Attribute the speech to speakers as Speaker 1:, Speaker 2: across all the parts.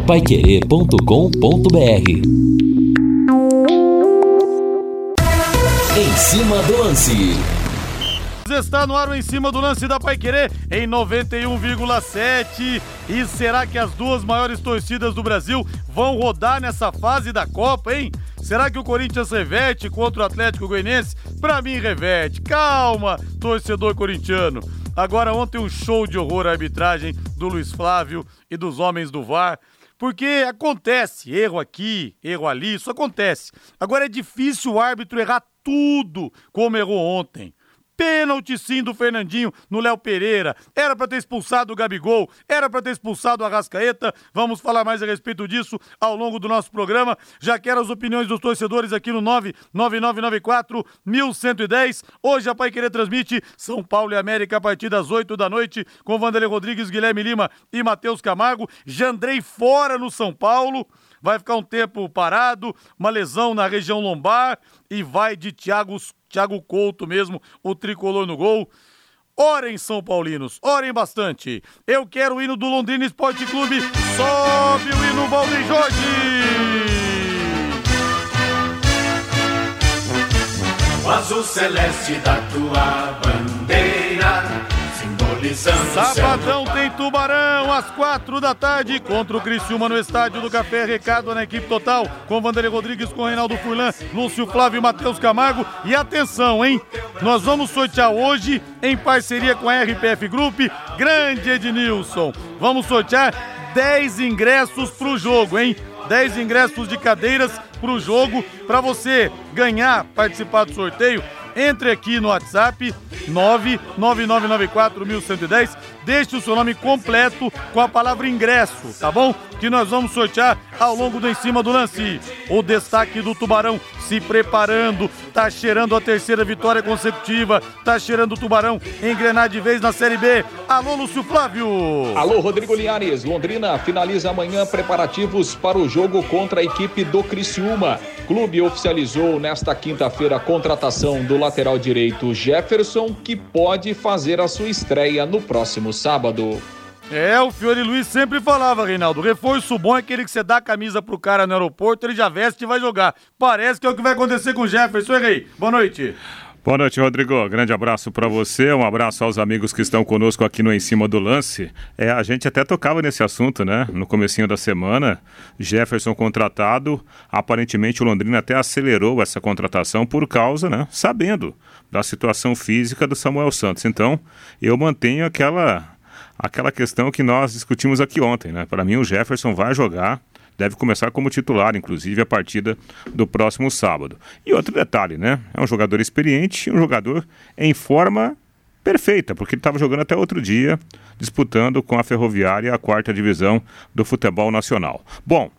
Speaker 1: paiquerê.com.br. Em cima do lance.
Speaker 2: Está no ar o Em Cima do Lance da Paiquerê em 91,7. E será que as duas maiores torcidas do Brasil vão rodar nessa fase da Copa, hein? Será que o Corinthians reverte contra o Atlético Goianiense? Pra mim reverte. Calma, torcedor corintiano. Agora ontem um show de horror à arbitragem do Luiz Flávio e dos homens do VAR. Porque acontece, erro aqui, erro ali, isso acontece. Agora é difícil o árbitro errar tudo como errou ontem. Pênalti sim do Fernandinho no Léo Pereira. Era pra ter expulsado o Gabigol, era pra ter expulsado o Arrascaeta. Vamos falar mais a respeito disso ao longo do nosso programa. Já quero as opiniões dos torcedores aqui no 99994-1110. Hoje a Paiquerê transmite São Paulo e América a partir das 8 da noite com Vanderlei Rodrigues, Guilherme Lima e Matheus Camargo. Jandrei fora no São Paulo. Vai ficar um tempo parado, uma lesão na região lombar e vai de Thiago Couto mesmo, o tricolor no gol. Orem, São Paulinos, orem bastante. Eu quero o hino do Londrina Esporte Clube. Sobe o hino, Valdir Jorge!
Speaker 3: O azul celeste da tua bandeira, simbolizando
Speaker 2: Sabadão tem Tubarão às 4 da tarde contra o Criciúma no Estádio do Café. Recado na equipe total com Vanderlei Rodrigues, com Reinaldo Furlan, Lúcio Flávio e Matheus Camargo. E atenção, hein? Nós vamos sortear hoje, em parceria com a RPF Group, grande Ednilson. Vamos sortear 10 ingressos pro jogo, hein? 10 ingressos de cadeiras pro jogo. Para você ganhar, participar do sorteio, entre aqui no WhatsApp 99994-1110, deixe o seu nome completo com a palavra ingresso, tá bom? Que nós vamos sortear ao longo do Em Cima do Lance. O destaque do Tubarão se preparando, tá cheirando a terceira vitória consecutiva, tá cheirando o Tubarão engrenar de vez na Série B. Alô, Lúcio Flávio!
Speaker 4: Alô, Rodrigo Linhares. Londrina finaliza amanhã preparativos para o jogo contra a equipe do Criciúma. Clube oficializou nesta quinta-feira a contratação do lateral direito Jefferson, que pode fazer a sua estreia no próximo sábado.
Speaker 2: O Fiore Luiz sempre falava, Reinaldo, reforço bom é aquele que você dá a camisa pro cara no aeroporto, ele já veste e vai jogar. Parece que é o que vai acontecer com o Jefferson, errei. Boa noite.
Speaker 5: Boa noite, Rodrigo. Grande abraço para você, um abraço aos amigos que estão conosco aqui no Em Cima do Lance. A gente até tocava nesse assunto, né? No comecinho da semana, Jefferson contratado, aparentemente o Londrina até acelerou essa contratação por causa, né? Sabendo da situação física do Samuel Santos. Então, eu mantenho aquela questão que nós discutimos aqui ontem, né? Para mim o Jefferson vai jogar, deve começar como titular, inclusive, a partida do próximo sábado. E outro detalhe, né? É um jogador experiente, um jogador em forma perfeita, porque ele estava jogando até outro dia, disputando com a Ferroviária a 4ª divisão do futebol nacional. Bom,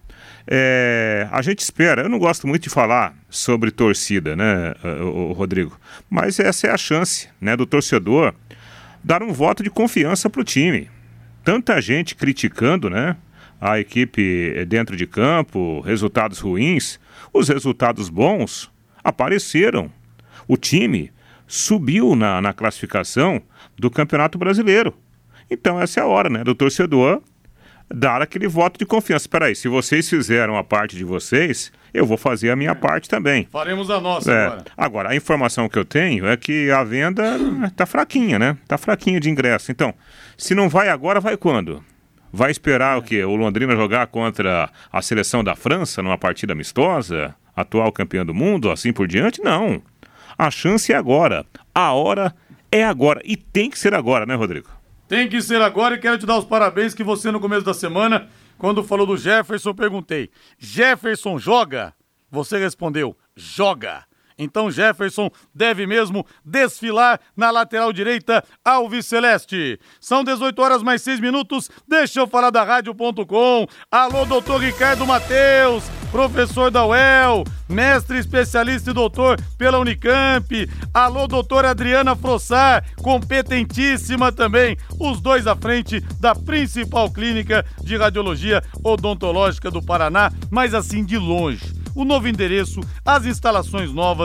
Speaker 5: a gente espera, eu não gosto muito de falar sobre torcida, né, o Rodrigo? Mas essa é a chance, né, do torcedor dar um voto de confiança para o time. Tanta gente criticando, né, a equipe dentro de campo, resultados ruins. Os resultados bons apareceram. O time subiu na classificação do Campeonato Brasileiro. Então essa é a hora, né, do torcedor dar aquele voto de confiança. Espera aí, se vocês fizeram a parte de vocês, eu vou fazer a minha parte também.
Speaker 2: Faremos a nossa agora.
Speaker 5: Agora, a informação que eu tenho é que a venda tá fraquinha, né? Tá fraquinha de ingresso. Então, se não vai agora, vai quando? Vai esperar o quê? O Londrina jogar contra a seleção da França numa partida amistosa? Atual campeão do mundo? Assim por diante? Não. A chance é agora. A hora é agora. E tem que ser agora, né, Rodrigo?
Speaker 2: Tem que ser agora e quero te dar os parabéns que você no começo da semana, quando falou do Jefferson, perguntei, Jefferson joga? Você respondeu, joga. Então Jefferson deve mesmo desfilar na lateral direita alviceleste. São 18h mais 6 minutos, deixa eu falar da Rádio.com. Alô, doutor Ricardo Mateus, professor da UEL, mestre especialista e doutor pela Unicamp. Alô, doutora Adriana Frossar, competentíssima também. Os dois à frente da principal clínica de radiologia odontológica do Paraná, mas assim de longe. O novo endereço, as instalações novas,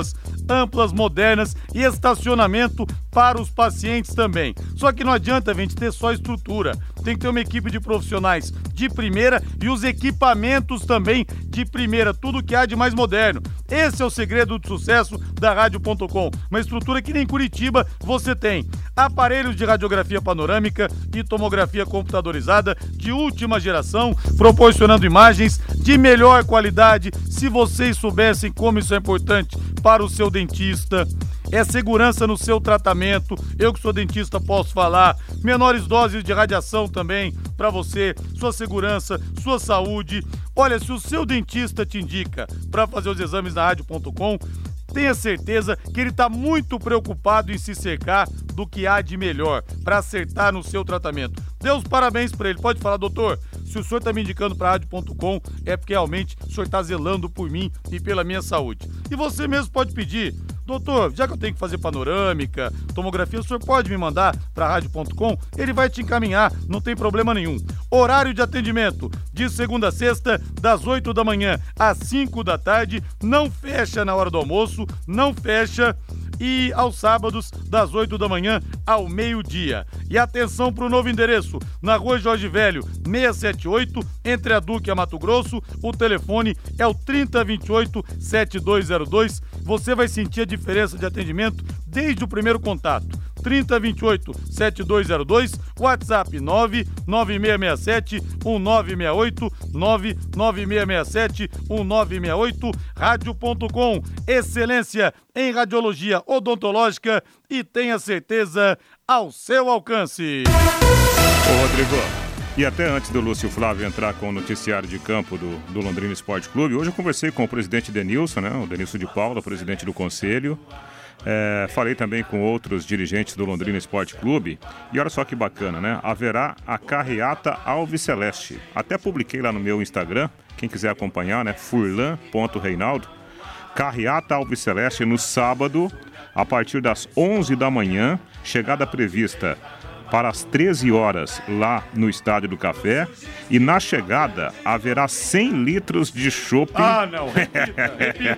Speaker 2: amplas, modernas e estacionamento para os pacientes também. Só que não adianta a gente ter só estrutura, tem que ter uma equipe de profissionais de primeira e os equipamentos também de primeira, tudo que há de mais moderno. Esse é o segredo do sucesso da Rádio.com, uma estrutura que nem Curitiba você tem. Aparelhos de radiografia panorâmica e tomografia computadorizada de última geração, proporcionando imagens de melhor qualidade. Se vocês soubessem como isso é importante para o seu dentista, é segurança no seu tratamento. Eu que sou dentista posso falar. Menores doses de radiação também para você, sua segurança, sua saúde. Olha, se o seu dentista te indica para fazer os exames na Rádio.com, tenha certeza que ele está muito preocupado em se cercar do que há de melhor para acertar no seu tratamento. Dê os parabéns para ele. Pode falar, doutor, se o senhor está me indicando para a Rádio.com, é porque realmente o senhor está zelando por mim e pela minha saúde. E você mesmo pode pedir: doutor, já que eu tenho que fazer panorâmica, tomografia, o senhor pode me mandar para a Rádio.com? Ele vai te encaminhar, não tem problema nenhum. Horário de atendimento, de segunda a sexta, das 8 da manhã às 5 da tarde, não fecha na hora do almoço, não fecha, e aos sábados, das 8 da manhã ao meio-dia. E atenção para o novo endereço, na Rua Jorge Velho, 678, entre a Duque e a Mato Grosso. O telefone é o 3028-7202. Você vai sentir a diferença de atendimento desde o primeiro contato. 3028-7202, WhatsApp 99667-1968, 99667-1968, Rádio.com, excelência em radiologia odontológica e tenha certeza ao seu alcance.
Speaker 5: Ô Rodrigo, e até antes do Lúcio Flávio entrar com o noticiário de campo do Londrina Esporte Clube, hoje eu conversei com o presidente Denilson, né, o Denilson de Paula, presidente do conselho. Falei também com outros dirigentes do Londrina Esporte Clube e olha só que bacana, né? Haverá a carreata Alviceleste. Até publiquei lá no meu Instagram, quem quiser acompanhar, né? furlan.reinaldo. Carreata Alviceleste no sábado, a partir das 11 da manhã, chegada prevista para as 13 horas lá no Estádio do Café, e na chegada haverá 100 litros de chopp.
Speaker 2: Ah, não, repita.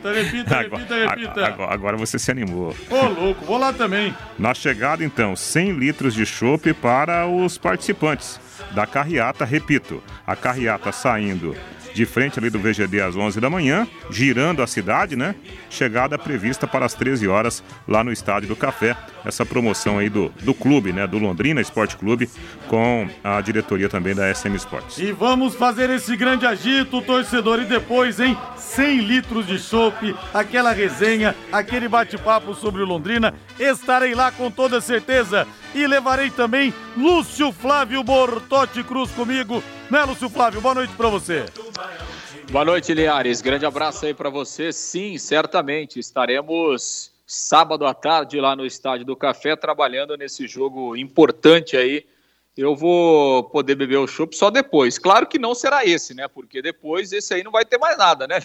Speaker 5: Agora você se animou.
Speaker 2: Ô, louco, vou lá também.
Speaker 5: Na chegada, então, 100 litros de chopp para os participantes da carreata. Repito, a carreata saindo de frente ali do VGD às 11 da manhã, girando a cidade, né? Chegada prevista para as 13 horas lá no Estádio do Café. Essa promoção aí do clube, né? Do Londrina Esporte Clube, com a diretoria também da SM Sports.
Speaker 2: E vamos fazer esse grande agito, torcedor, e depois, hein? 100 litros de chopp, aquela resenha, aquele bate-papo sobre o Londrina. Estarei lá com toda certeza. E levarei também Lúcio Flávio Bortotti Cruz comigo. Né, Lúcio Flávio? Boa noite pra você.
Speaker 4: Boa noite, Linhares. Grande abraço aí pra você. Sim, certamente estaremos sábado à tarde lá no Estádio do Café trabalhando nesse jogo importante aí. Eu vou poder beber o chopp só depois. Claro que não será esse, né? Porque depois esse aí não vai ter mais nada, né?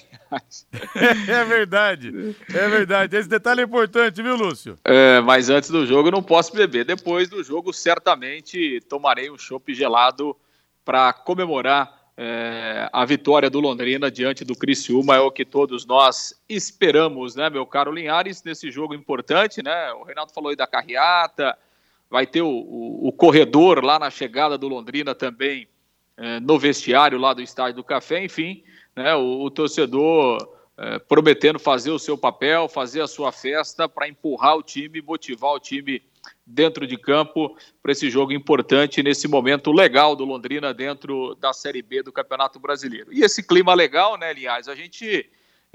Speaker 2: É verdade. Esse detalhe é importante, viu, Lúcio?
Speaker 4: Mas antes do jogo eu não posso beber. Depois do jogo, certamente tomarei um chopp gelado para comemorar a vitória do Londrina diante do Criciúma. É o que todos nós esperamos, né, meu caro Linhares, nesse jogo importante, né? O Renato falou aí da carreata. Vai ter o corredor lá na chegada do Londrina também, no vestiário lá do Estádio do Café. Enfim, né, o torcedor prometendo fazer o seu papel, fazer a sua festa para empurrar o time, motivar o time dentro de campo para esse jogo importante, nesse momento legal do Londrina dentro da Série B do Campeonato Brasileiro. E esse clima legal, né, aliás, a gente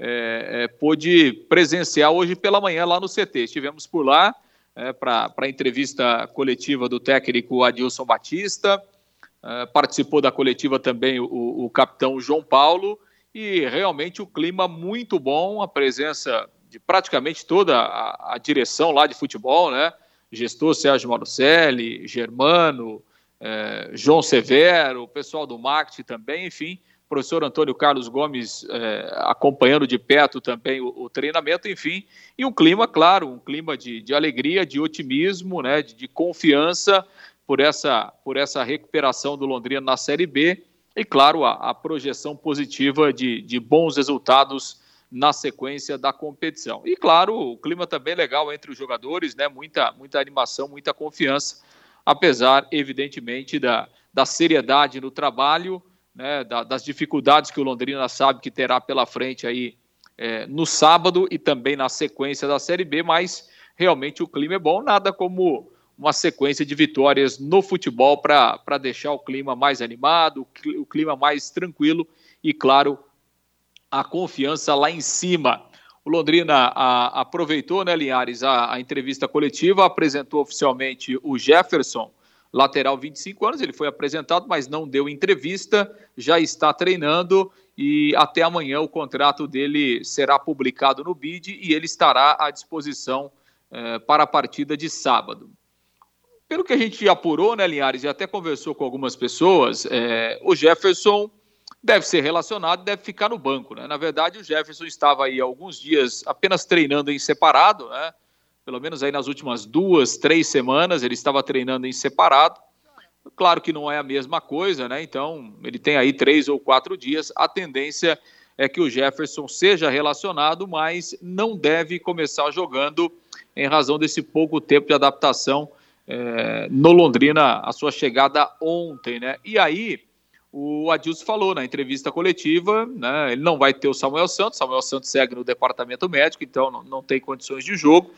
Speaker 4: pôde presenciar hoje pela manhã lá no CT. Estivemos por lá, para a entrevista coletiva do técnico Adilson Batista, participou da coletiva também o capitão João Paulo, e realmente o clima muito bom, a presença de praticamente toda a direção lá de futebol, né? Gestor Sérgio Marucelli, Germano, João Severo, o pessoal do marketing também, enfim, professor Antônio Carlos Gomes acompanhando de perto também o treinamento, enfim, e um clima, claro, um clima de alegria, de otimismo, né, de confiança por essa recuperação do Londrina na Série B, e claro, a projeção positiva de bons resultados na sequência da competição. E claro, o clima também legal entre os jogadores, né? Muita animação, muita confiança, apesar, evidentemente, da seriedade no trabalho, né? Das dificuldades que o Londrina sabe que terá pela frente aí no sábado e também na sequência da Série B, mas realmente o clima é bom, nada como uma sequência de vitórias no futebol para deixar o clima mais animado, o clima mais tranquilo e, claro, a confiança lá em cima. O Londrina aproveitou, né, Linhares, a entrevista coletiva, apresentou oficialmente o Jefferson, lateral 25 anos, ele foi apresentado, mas não deu entrevista, já está treinando e até amanhã o contrato dele será publicado no BID e ele estará à disposição para a partida de sábado. Pelo que a gente apurou, né, Linhares, e até conversou com algumas pessoas, o Jefferson deve ser relacionado, deve ficar no banco, né? Na verdade, o Jefferson estava aí há alguns dias apenas treinando em separado, né? Pelo menos aí nas últimas 2-3 semanas ele estava treinando em separado. Claro que não é a mesma coisa, né? Então, ele tem aí 3 ou 4 dias. A tendência é que o Jefferson seja relacionado, mas não deve começar jogando em razão desse pouco tempo de adaptação no Londrina, a sua chegada ontem, né? E aí, o Adilson falou na entrevista coletiva, né? Ele não vai ter o Samuel Santos segue no departamento médico, então não tem condições de jogo.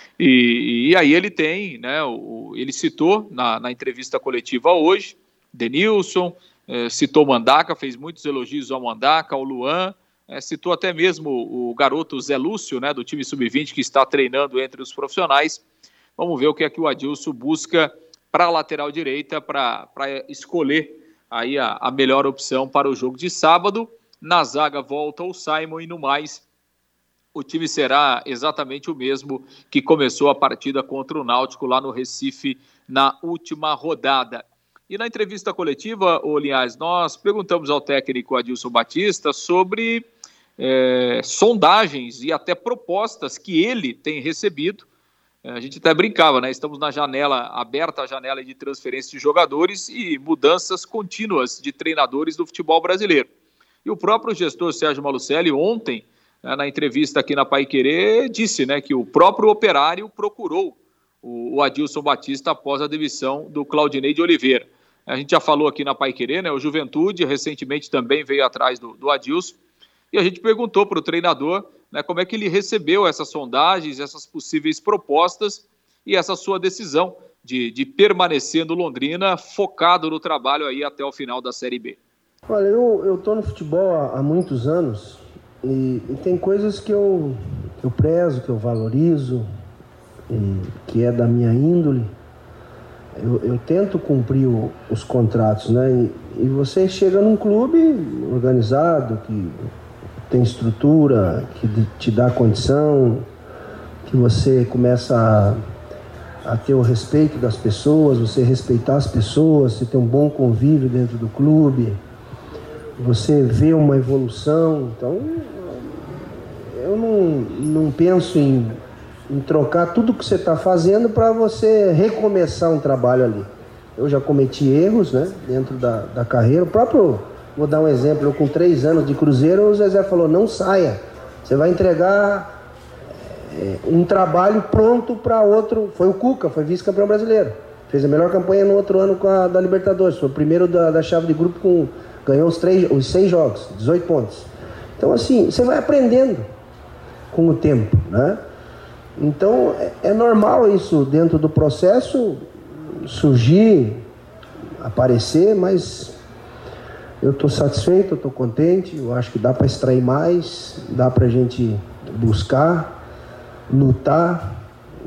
Speaker 4: E aí ele tem, né, ele citou na entrevista coletiva hoje, Denilson, citou Mandaca, fez muitos elogios ao Mandaca, ao Luan, citou até mesmo o garoto Zé Lúcio, né, do time sub-20, que está treinando entre os profissionais. Vamos ver o que é que o Adilson busca para a lateral direita, para escolher aí a melhor opção para o jogo de sábado. Na zaga volta o Simon e no mais o time será exatamente o mesmo que começou a partida contra o Náutico lá no Recife na última rodada. E na entrevista coletiva, Linhares, nós perguntamos ao técnico Adilson Batista sobre sondagens e até propostas que ele tem recebido. A gente até brincava, né? Estamos na janela, aberta a janela de transferência de jogadores e mudanças contínuas de treinadores do futebol brasileiro. E o próprio gestor Sérgio Malucelli ontem, na entrevista aqui na Paiquerê, disse, né, que o próprio Operário procurou o Adilson Batista após a demissão do Claudinei de Oliveira. A gente já falou aqui na Paiquerê, né, o Juventude recentemente também veio atrás do Adilson, e a gente perguntou para o treinador, né, como é que ele recebeu essas sondagens, essas possíveis propostas e essa sua decisão de permanecer no Londrina, focado no trabalho aí até o final da Série B.
Speaker 6: Olha, eu estou no futebol há muitos anos, e tem coisas que eu prezo, que eu valorizo, que é da minha índole. Eu tento cumprir os contratos, né? E você chega num clube organizado, que tem estrutura, que te dá condição, que você começa a ter o respeito das pessoas, você respeitar as pessoas, você ter um bom convívio dentro do clube, você vê uma evolução. Então, eu não penso em trocar tudo que você está fazendo para você recomeçar um trabalho ali. Eu já cometi erros, né, dentro da carreira. O próprio, vou dar um exemplo, eu com 3 anos de Cruzeiro, o Zezé falou, não saia, você vai entregar um trabalho pronto para outro. Foi o Cuca, foi vice-campeão brasileiro, fez a melhor campanha no outro ano da Libertadores, foi o primeiro da chave de grupo, ganhou os 6 jogos, 18 pontos. Então, assim, você vai aprendendo com o tempo, né? Então, é normal isso dentro do processo surgir, aparecer, mas eu estou satisfeito, eu estou contente, eu acho que dá para extrair mais, dá para a gente buscar, lutar.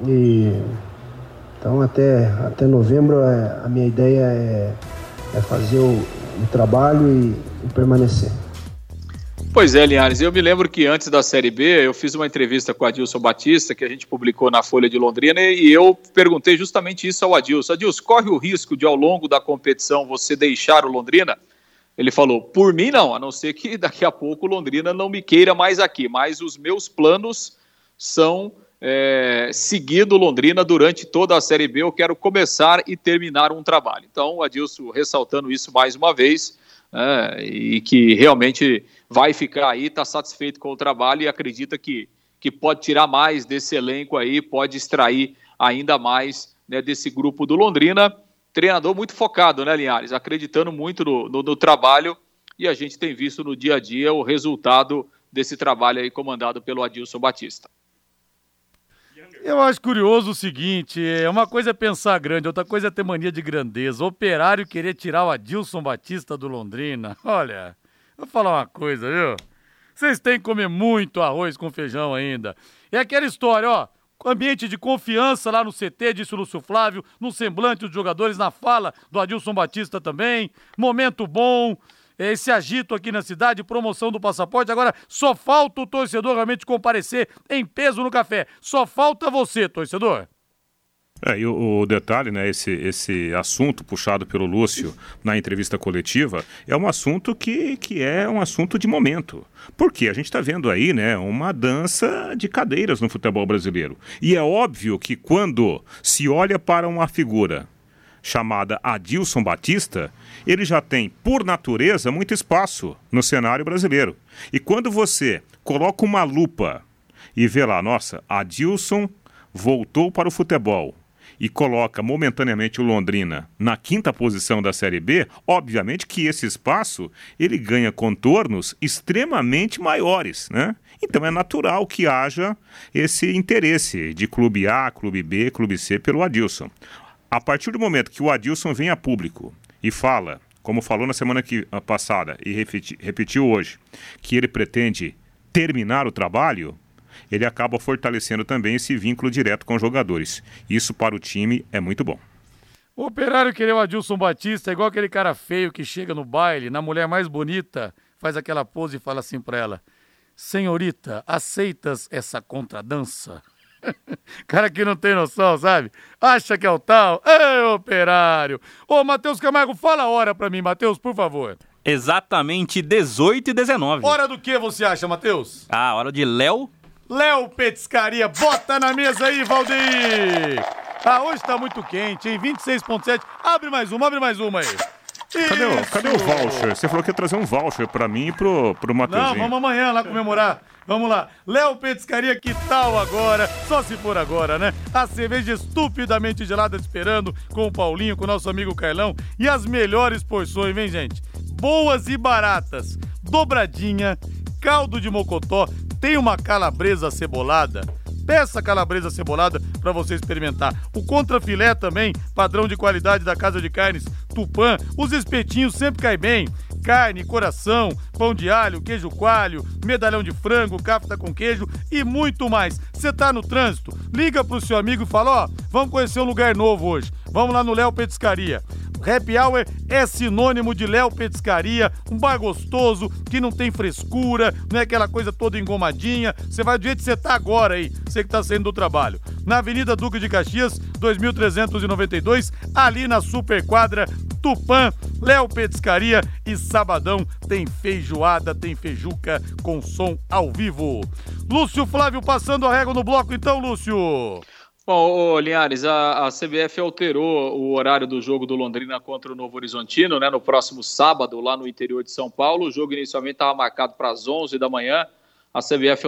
Speaker 6: Então, até novembro, a minha ideia é fazer o trabalho e permanecer.
Speaker 4: Pois é, Linhares, eu me lembro que antes da Série B eu fiz uma entrevista com o Adilson Batista, que a gente publicou na Folha de Londrina, e eu perguntei justamente isso ao Adilson. Adilson, corre o risco de ao longo da competição você deixar o Londrina? Ele falou, por mim não, a não ser que daqui a pouco o Londrina não me queira mais aqui, mas os meus planos são seguir do Londrina durante toda a Série B, eu quero começar e terminar um trabalho. Então o Adilson ressaltando isso mais uma vez, e que realmente vai ficar aí, está satisfeito com o trabalho e acredita que pode tirar mais desse elenco aí, pode extrair ainda mais, né, desse grupo do Londrina. Treinador muito focado, né, Linhares? Acreditando muito no trabalho, e a gente tem visto no dia a dia o resultado desse trabalho aí comandado pelo Adilson Batista.
Speaker 2: Eu acho curioso o seguinte, uma coisa é pensar grande, outra coisa é ter mania de grandeza. Operário querer tirar o Adilson Batista do Londrina. Olha, vou falar uma coisa, viu? Vocês têm que comer muito arroz com feijão ainda. É aquela história, ó, ambiente de confiança lá no CT, disse o Lúcio Flávio, no semblante dos jogadores, na fala do Adilson Batista também. Momento bom, esse agito aqui na cidade, promoção do passaporte. Agora só falta o torcedor realmente comparecer em peso no café. Só falta você, torcedor.
Speaker 5: E o detalhe, né, esse assunto puxado pelo Lúcio na entrevista coletiva é um assunto que é um assunto de momento. Porque a gente está vendo aí, né, uma dança de cadeiras no futebol brasileiro. E é óbvio que quando se olha para uma figura chamada Adilson Batista, ele já tem, por natureza, muito espaço no cenário brasileiro. E quando você coloca uma lupa e vê lá, nossa, Adilson voltou para o futebol, e coloca momentaneamente o Londrina na 5ª posição da Série B, obviamente que esse espaço ele ganha contornos extremamente maiores, né? Então é natural que haja esse interesse de clube A, clube B, clube C pelo Adilson. A partir do momento que o Adilson vem a público e fala, como falou na semana passada e repetiu hoje, que ele pretende terminar o trabalho, ele acaba fortalecendo também esse vínculo direto com os jogadores. Isso para o time é muito bom.
Speaker 2: O Operário querer o Adilson Batista é igual aquele cara feio que chega no baile, na mulher mais bonita, faz aquela pose e fala assim pra ela: senhorita, aceitas essa contradança? Cara que não tem noção, sabe? Acha que é o tal? Ei, Operário! Ô, Matheus Camargo, fala a hora pra mim, Matheus, por favor.
Speaker 7: Exatamente 18h19.
Speaker 2: Hora do que você acha, Matheus?
Speaker 7: Hora de Léo
Speaker 2: Petiscaria, bota na mesa aí, Valdeir! Hoje tá muito quente, hein? 26,7. Abre mais uma aí.
Speaker 5: Cadê o voucher? Você falou que ia trazer um voucher pra mim e pro Matheusinho.
Speaker 2: Não, vamos amanhã lá comemorar. Vamos lá. Léo Petiscaria, que tal agora? Só se for agora, né? A cerveja estupidamente gelada esperando com o Paulinho, com o nosso amigo Carlão. E as melhores porções, vem, gente? Boas e baratas. Dobradinha, caldo de mocotó, tem uma calabresa cebolada. Peça calabresa cebolada para você experimentar. O contrafilé também, padrão de qualidade da Casa de Carnes Tupã. Os espetinhos sempre caem bem. Carne, coração, pão de alho, queijo coalho, medalhão de frango, cafta com queijo e muito mais. Você tá no trânsito? Liga pro seu amigo e fala, vamos conhecer um lugar novo hoje. Vamos lá no Léo Petiscaria. Happy Hour é sinônimo de Léo Petiscaria, um bar gostoso, que não tem frescura, não é aquela coisa toda engomadinha. Você vai do jeito que você tá agora aí, você que tá saindo do trabalho. Na Avenida Duque de Caxias, 2392, ali na Superquadra Tupã, Léo Petiscaria. E sabadão tem feijoada, tem feijuca com som ao vivo. Lúcio Flávio passando a régua no bloco então, Lúcio.
Speaker 4: Bom, Linhares, a CBF alterou o horário do jogo do Londrina contra o Novo Horizontino, né, no próximo sábado, lá no interior de São Paulo. O jogo inicialmente estava marcado para as 11 da manhã. A CBF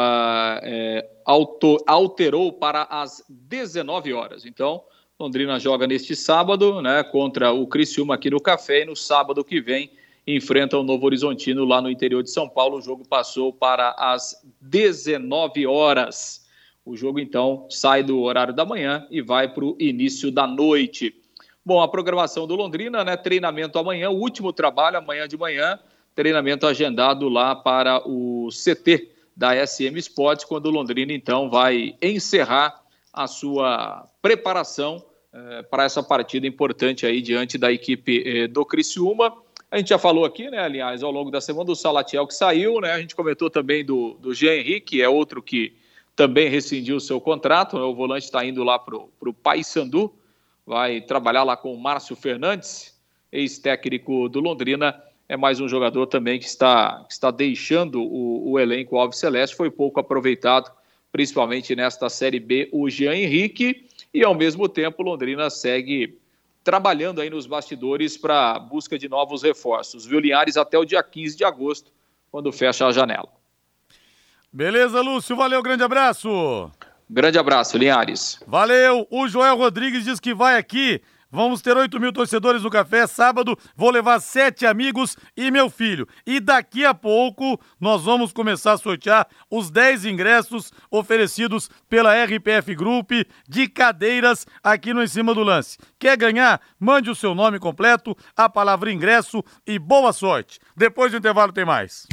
Speaker 4: alterou para as 19 horas. Então, Londrina joga neste sábado, né, contra o Criciúma aqui no Café, e no sábado que vem enfrenta o Novo Horizontino lá no interior de São Paulo. O jogo passou para as 19 horas. O jogo, então, sai do horário da manhã e vai para o início da noite. Bom, a programação do Londrina, né? Treinamento amanhã, o último trabalho amanhã de manhã, treinamento agendado lá para o CT da SM Sports, quando o Londrina, então, vai encerrar a sua preparação para essa partida importante aí diante da equipe do Criciúma. A gente já falou aqui, né, aliás, ao longo da semana, do Salatiel que saiu, né? A gente comentou também do Jean Henrique, é outro que também rescindiu o seu contrato, né? O volante está indo lá para o Paysandu, vai trabalhar lá com o Márcio Fernandes, ex-técnico do Londrina. É mais um jogador também que está deixando o elenco alviceleste. Foi pouco aproveitado, principalmente nesta Série B, o Jean Henrique. E, ao mesmo tempo, o Londrina segue trabalhando aí nos bastidores para busca de novos reforços, viu, Linhares, até o dia 15 de agosto, quando fecha a janela.
Speaker 2: Beleza, Lúcio, valeu, grande abraço.
Speaker 4: Grande abraço, Linhares.
Speaker 2: Valeu, o Joel Rodrigues diz que vai aqui. Vamos ter 8.000 torcedores no café, sábado, vou levar 7 amigos e meu filho. E daqui a pouco nós vamos começar a sortear os 10 ingressos oferecidos pela RPF Group de cadeiras aqui no Em Cima do Lance. Quer ganhar? Mande o seu nome completo, a palavra ingresso e boa sorte. Depois do intervalo tem mais.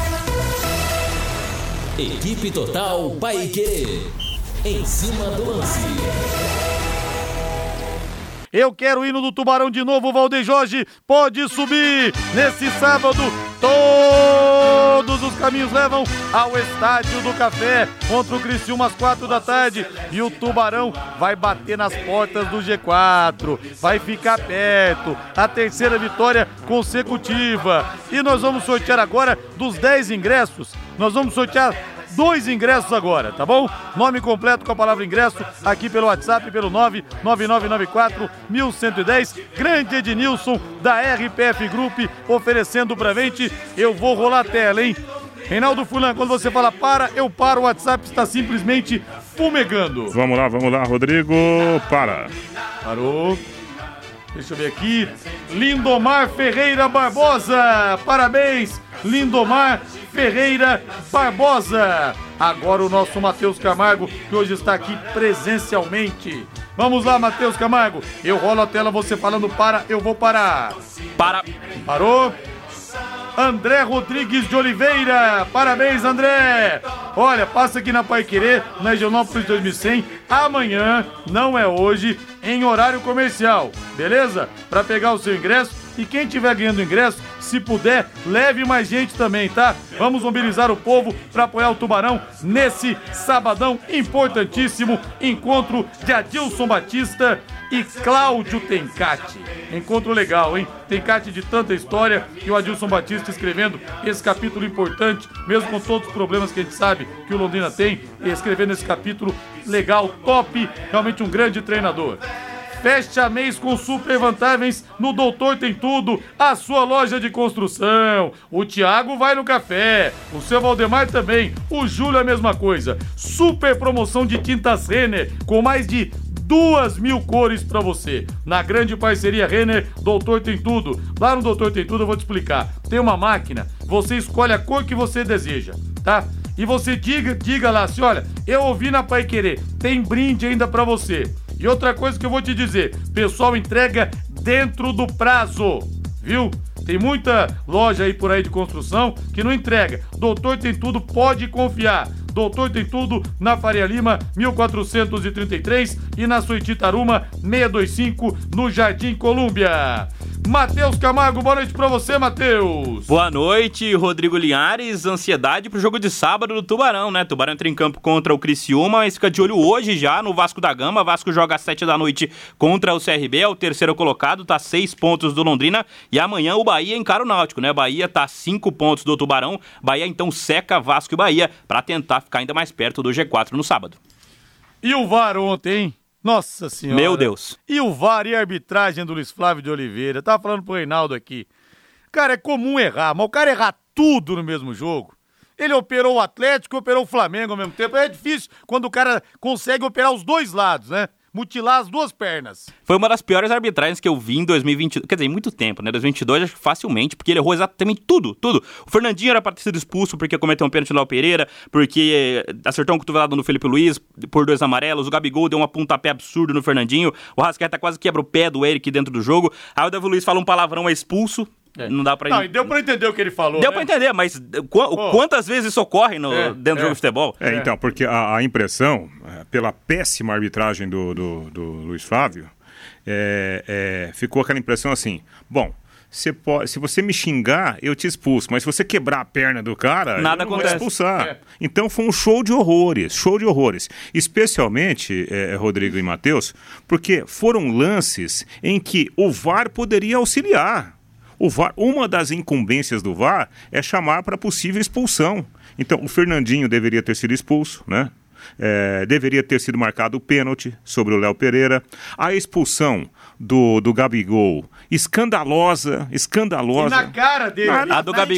Speaker 1: Equipe Total Paiquerê. Em Cima do Lance.
Speaker 2: Eu quero o hino do Tubarão de novo, Valdeir Jorge, pode subir. Nesse sábado, todos os caminhos levam ao Estádio do Café, contra o Criciúma às 4 da tarde. E o Tubarão vai bater nas portas do G4, vai ficar perto, a terceira vitória consecutiva. E nós vamos sortear agora dos 10 ingressos, nós vamos sortear 2 ingressos agora, tá bom? Nome completo com a palavra ingresso aqui pelo WhatsApp, pelo 99994-1110. Grande Ednilson da RPF Group oferecendo pra gente. Eu vou rolar a tela, hein? Reinaldo Fulan, quando você fala para, eu paro, o WhatsApp está simplesmente fumegando.
Speaker 5: Vamos lá, Rodrigo, para.
Speaker 2: Parou. Deixa eu ver aqui. Lindomar Ferreira Barbosa. Parabéns, Lindomar Ferreira Barbosa. Agora o nosso Matheus Camargo, que hoje está aqui presencialmente. Vamos lá, Matheus Camargo. Eu rolo a tela, você falando para, eu vou parar.
Speaker 7: Para.
Speaker 2: Parou. André Rodrigues de Oliveira. Parabéns, André. Olha, passa aqui na Paiquerê, na Regionópolis 2100, amanhã, não é hoje, em horário comercial, beleza? Para pegar o seu ingresso. E quem estiver ganhando ingresso, se puder, leve mais gente também, tá? Vamos mobilizar o povo para apoiar o Tubarão nesse sabadão importantíssimo. Encontro de Adilson Batista e Cláudio Tencati. Encontro legal, hein? Tencati de tanta história e o Adilson Batista escrevendo esse capítulo importante, mesmo com todos os problemas que a gente sabe que o Londrina tem, escrevendo esse capítulo legal, top, realmente um grande treinador. Fecha mês com super vantagens no Doutor Tem Tudo, a sua loja de construção. O Thiago vai no café, o seu Valdemar também, o Júlio a mesma coisa. Super promoção de tintas Renner, com mais de 2.000 cores pra você. Na grande parceria Renner, Doutor Tem Tudo. Lá no Doutor Tem Tudo eu vou te explicar. Tem uma máquina, você escolhe a cor que você deseja, tá? E você diga lá assim, olha, eu ouvi na Paiquerê, tem brinde ainda pra você. E outra coisa que eu vou te dizer, pessoal entrega dentro do prazo, viu? Tem muita loja aí por aí de construção que não entrega. Doutor Tem Tudo, pode confiar. Doutor Tem Tudo na Faria Lima, 1433 e na Suíte Taruma, 625, no Jardim Colúmbia. Matheus Camargo, boa noite pra você, Matheus.
Speaker 7: Boa noite, Rodrigo Linhares. Ansiedade pro jogo de sábado do Tubarão, né? Tubarão entra em campo contra o Criciúma, mas fica de olho hoje já no Vasco da Gama. Vasco joga às 7 da noite contra o CRB, é o terceiro colocado, tá 6 pontos do Londrina. E amanhã o Bahia encara o Náutico, né? Bahia tá 5 pontos do Tubarão. Bahia então seca Vasco e Bahia pra tentar ficar ainda mais perto do G4 no sábado.
Speaker 2: E o VAR ontem, hein? Nossa Senhora.
Speaker 7: Meu Deus.
Speaker 2: E o VAR e a arbitragem do Luiz Flávio de Oliveira. Tava falando pro Reinaldo aqui. Cara, é comum errar, mas o cara errar tudo no mesmo jogo. Ele operou o Atlético e operou o Flamengo ao mesmo tempo. É difícil quando o cara consegue operar os dois lados, né? Mutilar as duas pernas.
Speaker 7: Foi uma das piores arbitragens que eu vi em 2022, quer dizer, em muito tempo, né? 2022 acho que facilmente, porque ele errou exatamente tudo. O Fernandinho era pra ter sido expulso porque cometeu um pênalti no Léo Pereira, porque acertou um cotovelado no Felipe Luiz por 2 amarelos, o Gabigol deu um pontapé absurdo no Fernandinho, o Rascaeta quase quebra o pé do Eric dentro do jogo, aí o Davi Luiz fala um palavrão, é expulso. Não dá pra...
Speaker 2: Não, e deu pra entender o que ele falou,
Speaker 7: Deu pra entender, mas quantas vezes isso ocorre dentro do jogo de futebol?
Speaker 5: Então, porque a impressão, pela péssima arbitragem do Luiz Flávio, ficou aquela impressão assim, bom, se você me xingar, eu te expulso, mas se você quebrar a perna do cara,
Speaker 7: nada
Speaker 5: eu não
Speaker 7: acontece.
Speaker 5: vou expulsar. Então foi um show de horrores. Especialmente, Rodrigo e Matheus, porque foram lances em que o VAR poderia auxiliar. O VAR, uma das incumbências do VAR é chamar para possível expulsão. Então, o Fernandinho deveria ter sido expulso, né? Deveria ter sido marcado o pênalti sobre o Léo Pereira. A expulsão do Gabigol. Escandalosa.
Speaker 2: E na cara dele.
Speaker 7: A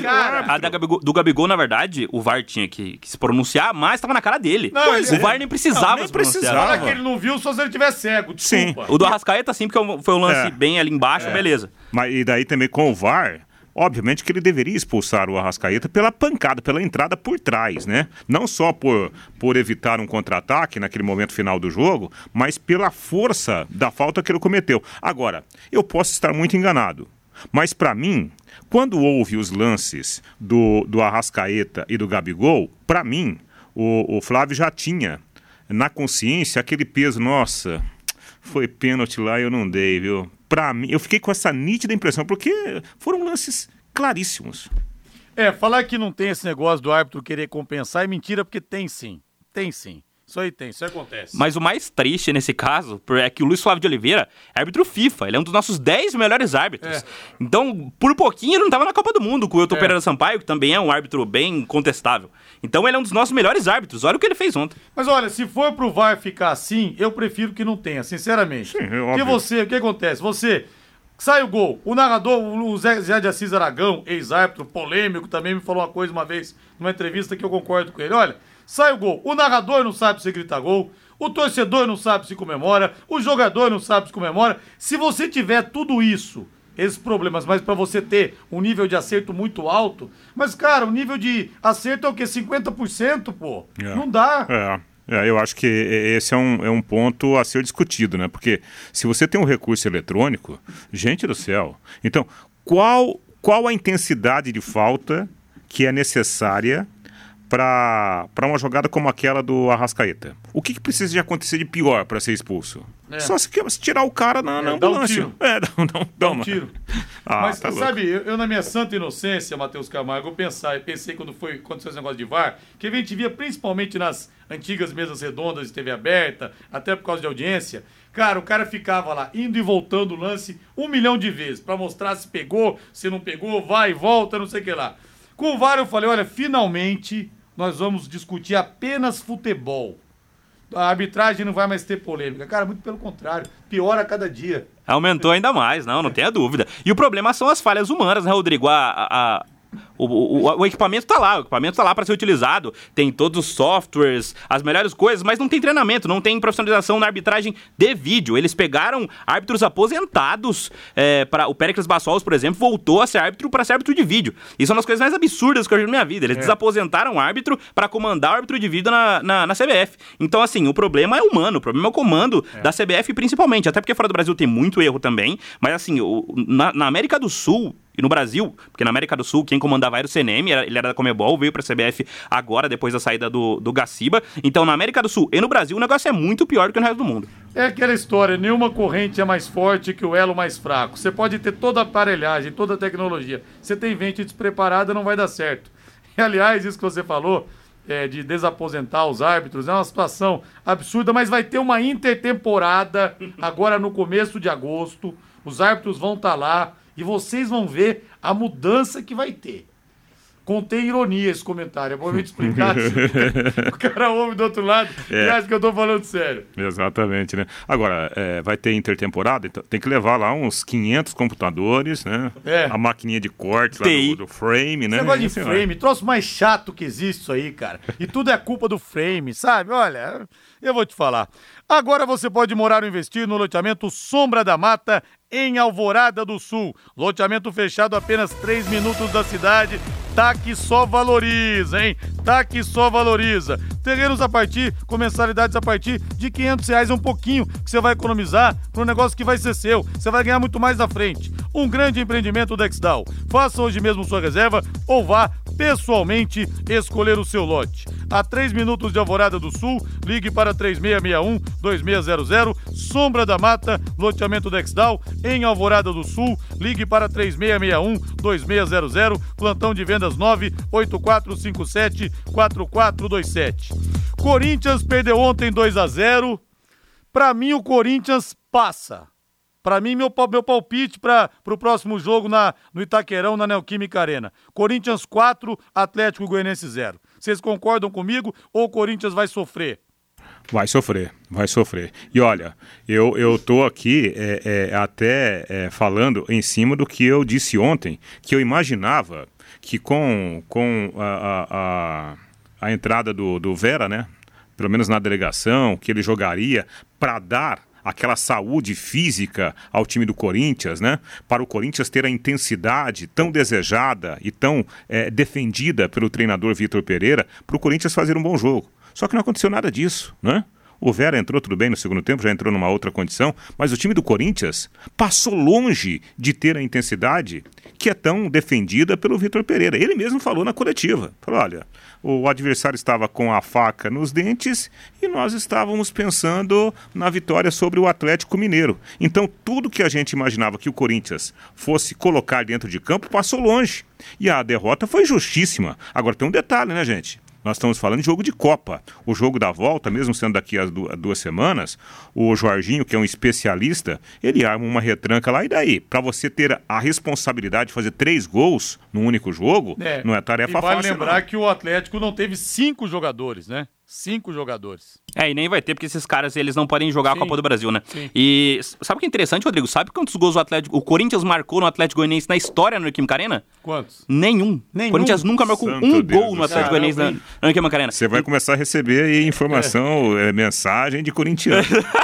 Speaker 7: do Gabigol, na verdade, o VAR tinha que se pronunciar, mas estava na cara dele. O VAR nem precisava se pronunciar.
Speaker 2: Fala que ele não viu só se ele estiver cego, desculpa.
Speaker 7: Sim. O do Arrascaeta, sim, porque foi um lance bem ali embaixo, beleza.
Speaker 5: Mas e daí também com o VAR... Obviamente que ele deveria expulsar o Arrascaeta pela pancada, pela entrada por trás, né? Não só por evitar um contra-ataque naquele momento final do jogo, mas pela força da falta que ele cometeu. Agora, eu posso estar muito enganado, mas para mim, quando houve os lances do Arrascaeta e do Gabigol, para mim, o Flávio já tinha na consciência aquele peso, nossa, foi pênalti lá e eu não dei, viu? Pra mim, eu fiquei com essa nítida impressão, porque foram lances claríssimos.
Speaker 2: Falar que não tem esse negócio do árbitro querer compensar é mentira, porque tem sim. Tem sim. Isso aí tem, isso acontece.
Speaker 7: Mas o mais triste nesse caso é que o Luiz Flávio de Oliveira é árbitro FIFA, ele é um dos nossos 10 melhores árbitros. Então, por pouquinho, ele não estava na Copa do Mundo com o Elton Pereira Sampaio, que também é um árbitro bem contestável. Então, ele é um dos nossos melhores árbitros. Olha o que ele fez ontem.
Speaker 2: Mas olha, se for pro VAR ficar assim, eu prefiro que não tenha, sinceramente.
Speaker 5: Sim,
Speaker 2: porque o que acontece? Sai o gol, o narrador, o Zé de Assis Aragão, ex-árbitro, polêmico, também me falou uma coisa uma vez, numa entrevista que eu concordo com ele. Olha, sai o gol, o narrador não sabe se grita gol, o torcedor não sabe se comemora, o jogador não sabe se comemora. Se você tiver tudo isso, esses problemas, mas pra você ter um nível de acerto muito alto, mas cara, o nível de acerto é o quê? 50%, pô? Não dá.
Speaker 5: Eu acho que esse é um ponto a ser discutido, né? Porque se você tem um recurso eletrônico, gente do céu, então qual a intensidade de falta que é necessária para uma jogada como aquela do Arrascaeta? O que precisa de acontecer de pior para ser expulso? Só se tirar o cara na ambulância.
Speaker 2: Dá um tiro. Mas
Speaker 5: tá
Speaker 2: sabe, eu na minha santa inocência, Matheus Camargo, eu pensei quando foi esse negócio de VAR, que a gente via principalmente nas antigas mesas redondas de TV aberta, até por causa de audiência, cara, o cara ficava lá, indo e voltando o lance 1 milhão de vezes, para mostrar se pegou, se não pegou, vai e volta, não sei o que lá. Com o VAR eu falei, olha, finalmente nós vamos discutir apenas futebol. A arbitragem não vai mais ter polêmica. Cara, muito pelo contrário, piora a cada dia.
Speaker 7: Aumentou ainda mais, não tenha dúvida. E o problema são as falhas humanas, né, Rodrigo? O equipamento tá lá para ser utilizado, tem todos os softwares, as melhores coisas, mas não tem treinamento, não tem profissionalização na arbitragem de vídeo. Eles pegaram árbitros aposentados, o Péricles Bassols, por exemplo, voltou a ser árbitro para ser árbitro de vídeo. Isso é uma das coisas mais absurdas que eu já vi na minha vida. Eles desaposentaram o árbitro para comandar o árbitro de vídeo na CBF. Então, assim, o problema é humano, o problema é o comando da CBF principalmente, até porque fora do Brasil tem muito erro também, mas assim, na América do Sul e no Brasil, porque na América do Sul quem comandava era o CNM, ele era da Comebol, veio pra CBF agora, depois da saída do Gaciba. Então na América do Sul e no Brasil o negócio é muito pior do que no resto do mundo.
Speaker 2: É aquela história, nenhuma corrente é mais forte que o elo mais fraco. Você pode ter toda a aparelhagem, toda a tecnologia. Você tem gente despreparada, não vai dar certo. E aliás, isso que você falou, de desaposentar os árbitros, é uma situação absurda, mas vai ter uma intertemporada agora no começo de agosto. Os árbitros vão estar lá. E vocês vão ver a mudança que vai ter. Contém ironia esse comentário. É bom me explicar. O cara ouve do outro lado e acha que eu tô falando sério.
Speaker 5: Exatamente, né? Agora, vai ter intertemporada, então tem que levar lá uns 500 computadores, né? A maquininha de corte lá do frame, né?
Speaker 2: Esse negócio de frame, troço mais chato que existe isso aí, cara. E tudo é culpa do frame, sabe? Olha, eu vou te falar. Agora você pode morar ou investir no loteamento Sombra da Mata, em Alvorada do Sul. Loteamento fechado a apenas 3 minutos da cidade. Tá que só valoriza, hein? Tá que só valoriza. Terrenos com mensalidades a partir de R$500 um pouquinho, que você vai economizar para um negócio que vai ser seu. Você vai ganhar muito mais à frente. Um grande empreendimento da Exdal. Faça hoje mesmo sua reserva ou vá pessoalmente escolher o seu lote. A 3 minutos de Alvorada do Sul, ligue para 3661-2600. Sombra da Mata, loteamento da Exdal, em Alvorada do Sul, ligue para 3661-2600. Plantão de vendas 98457-4427. Corinthians perdeu ontem 2-0. Para mim, o Corinthians passa. Para mim, meu palpite para o próximo jogo no Itaquerão, na Neoquímica Arena. Corinthians 4, Atlético Goianiense 0. Vocês concordam comigo ou o Corinthians vai sofrer?
Speaker 5: Vai sofrer. E olha, eu tô aqui até falando em cima do que eu disse ontem, que eu imaginava que com a entrada do Vera, né, pelo menos na delegação, que ele jogaria para dar aquela saúde física ao time do Corinthians, né? Para o Corinthians ter a intensidade tão desejada e tão defendida pelo treinador Vitor Pereira, para o Corinthians fazer um bom jogo. Só que não aconteceu nada disso, né? O Vera entrou tudo bem no segundo tempo, já entrou numa outra condição, mas o time do Corinthians passou longe de ter a intensidade que é tão defendida pelo Vitor Pereira. Ele mesmo falou na coletiva, falou, olha, o adversário estava com a faca nos dentes e nós estávamos pensando na vitória sobre o Atlético Mineiro. Então tudo que a gente imaginava que o Corinthians fosse colocar dentro de campo passou longe. E a derrota foi justíssima. Agora tem um detalhe, né, gente? Nós estamos falando de jogo de Copa. O jogo da volta, mesmo sendo daqui a 2 semanas, o Jorginho, que é um especialista, ele arma uma retranca lá. E daí? Para você ter a responsabilidade de fazer 3 gols num único jogo, não é tarefa fácil.
Speaker 2: Vale lembrar que o Atlético não teve 5 jogadores, né? 5 jogadores.
Speaker 7: E nem vai ter, porque esses caras, eles não podem jogar a Copa do Brasil, né?
Speaker 2: Sim.
Speaker 7: E sabe o que é interessante, Rodrigo? Sabe quantos gols o Corinthians marcou no Atlético Goianiense na história no Neoquímica Arena?
Speaker 2: Quantos?
Speaker 7: Nenhum. O Corinthians nunca marcou um gol no Atlético Goianiense na Neoquímica Arena.
Speaker 5: Você vai começar a receber aí informação, mensagem de corintiano.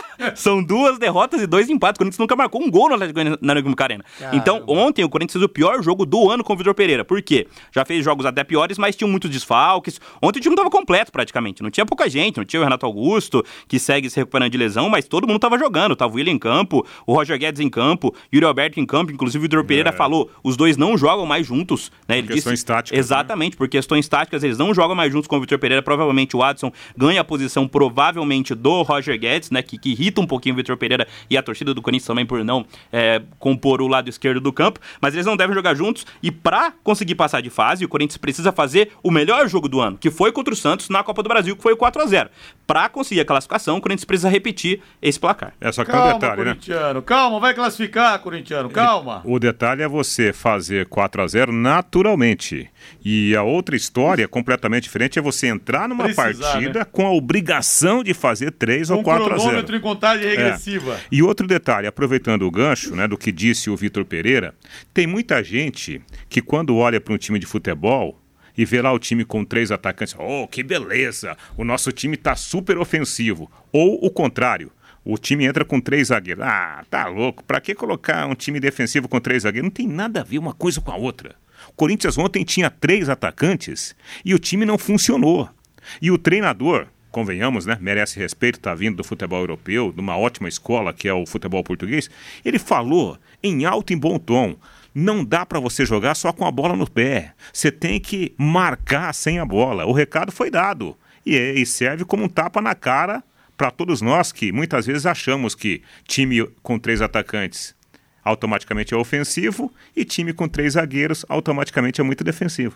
Speaker 7: São 2 derrotas e 2 empates. O Corinthians nunca marcou um gol no Atlético Goianiense na Neoquímica Arena.
Speaker 2: Caramba.
Speaker 7: Então, ontem o Corinthians fez o pior jogo do ano com o Vitor Pereira. Por quê? Já fez jogos até piores, mas tinham muitos desfalques. Ontem o time estava completo praticamente. Não tinha pouca gente, não tinha o Renato Augusto, que segue se recuperando de lesão, mas todo mundo estava jogando. Tava o Willian em campo, o Roger Guedes em campo, Yuri Alberto em campo. Inclusive o Vitor Pereira falou, os dois não jogam mais juntos. Né? Ele
Speaker 5: questões táticas.
Speaker 7: Exatamente, por questões táticas eles não jogam mais juntos com o Vitor Pereira. Provavelmente o Adson ganha a posição provavelmente do Roger Guedes, né? Que irrita um pouquinho o Vitor Pereira e a torcida do Corinthians também por não compor o lado esquerdo do campo, mas eles não devem jogar juntos. E para conseguir passar de fase, o Corinthians precisa fazer o melhor jogo do ano, que foi contra o Santos na Copa do Brasil, que foi o 4-0. Para conseguir a classificação, o Corinthians precisa repetir esse placar.
Speaker 5: Só que calma, um detalhe,
Speaker 2: corintiano, né? Calma, vai classificar, corintiano, calma.
Speaker 5: O detalhe é você fazer 4-0 naturalmente. E a outra história completamente diferente é você entrar numa partida, né, com a obrigação de fazer 3 ou 4-0.
Speaker 2: Com cronômetro em contagem regressiva.
Speaker 5: E outro detalhe, aproveitando o gancho, né, do que disse o Vitor Pereira, tem muita gente que quando olha para um time de futebol e vê lá o time com 3 atacantes, que beleza, o nosso time tá super ofensivo. Ou o contrário, o time entra com 3 zagueiros. Tá louco, pra que colocar um time defensivo com 3 zagueiros? Não tem nada a ver uma coisa com a outra. O Corinthians ontem tinha 3 atacantes e o time não funcionou. E o treinador, convenhamos, né, merece respeito, tá vindo do futebol europeu, de uma ótima escola que é o futebol português, ele falou em alto e bom tom, não dá para você jogar só com a bola no pé, você tem que marcar sem a bola. O recado foi dado e serve como um tapa na cara para todos nós que muitas vezes achamos que time com 3 atacantes automaticamente é ofensivo e time com 3 zagueiros automaticamente é muito defensivo.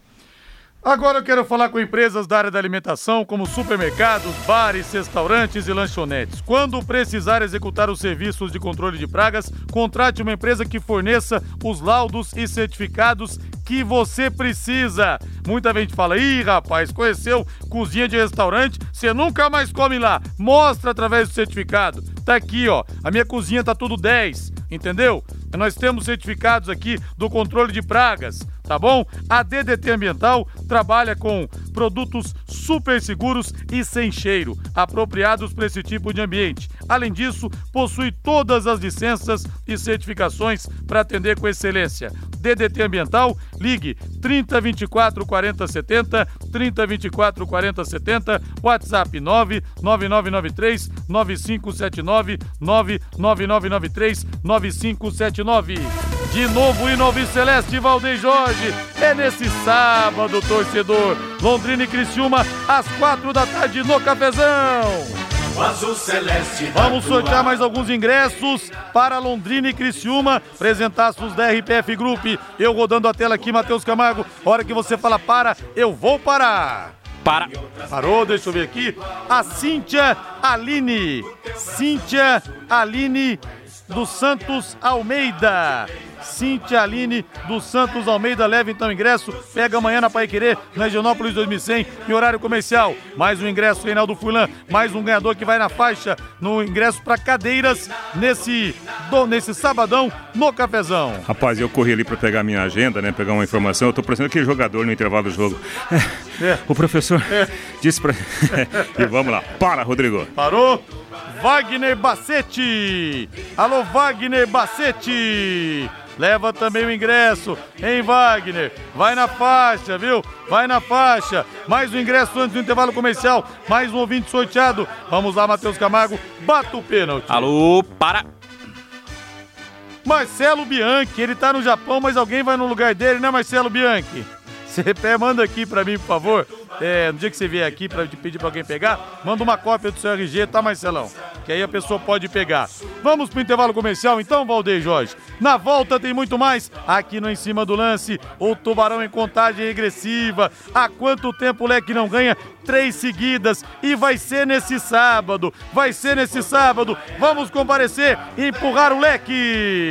Speaker 2: Agora eu quero falar com empresas da área da alimentação, como supermercados, bares, restaurantes e lanchonetes. Quando precisar executar os serviços de controle de pragas, contrate uma empresa que forneça os laudos e certificados que você precisa. Muita gente fala, rapaz, conheceu cozinha de restaurante, você nunca mais come lá. Mostra através do certificado. Tá aqui, a minha cozinha tá tudo 10, entendeu? Nós temos certificados aqui do controle de pragas, tá bom? A DDT Ambiental trabalha com produtos super seguros e sem cheiro, apropriados para esse tipo de ambiente. Além disso, possui todas as licenças e certificações para atender com excelência. DDT Ambiental, ligue 3024 40 70, 3024 40 70, WhatsApp 99993 9579, 99993 9579. De novo, hino ao Celeste, Valdeir Jorge. É nesse sábado, torcedor. Londrina e Criciúma, às 4 da tarde no Cafezão.
Speaker 3: O azul celeste.
Speaker 2: Vamos sortear mais alguns ingressos para Londrina e Criciúma, presentaços da RPF Group. Eu rodando a tela aqui, Matheus Camargo. Hora que você fala para, eu vou parar.
Speaker 7: Para.
Speaker 2: Parou, deixa eu ver aqui. A Cíntia Aline. Cíntia Aline dos Santos Almeida. Cintia Aline dos Santos Almeida. Leva então ingresso, pega amanhã na Paiquerê, na Higienópolis 2100, em horário comercial. Mais um ingresso, Reinaldo Furlan, mais um ganhador que vai na faixa, no ingresso para cadeiras, nesse sabadão, no Cafezão.
Speaker 5: Rapaz, eu corri ali pra pegar minha agenda, né, pegar uma informação, eu tô parecendo aquele jogador no intervalo do jogo. O professor disse pra... E vamos lá, para, Rodrigo.
Speaker 2: Parou? Wagner Bacete. Alô, Wagner Bacete. Leva também o ingresso, hein, Wagner? Vai na faixa, viu? Vai na faixa. Mais um ingresso antes do intervalo comercial. Mais um ouvinte sorteado. Vamos lá, Matheus Camargo. Bata o pênalti.
Speaker 7: Alô, para.
Speaker 2: Marcelo Bianchi. Ele tá no Japão, mas alguém vai no lugar dele, né, Marcelo Bianchi? Você manda aqui pra mim, por favor. No dia que você vier aqui pra te pedir pra alguém pegar, manda uma cópia do seu RG, tá, Marcelão? Que aí a pessoa pode pegar. Vamos pro intervalo comercial então, Valdeir Jorge. Na volta tem muito mais aqui no Em Cima do Lance. O Tubarão em contagem regressiva. Há quanto tempo o Leque não ganha? 3 seguidas. E vai ser nesse sábado. Vai ser nesse sábado. Vamos comparecer e empurrar o Leque.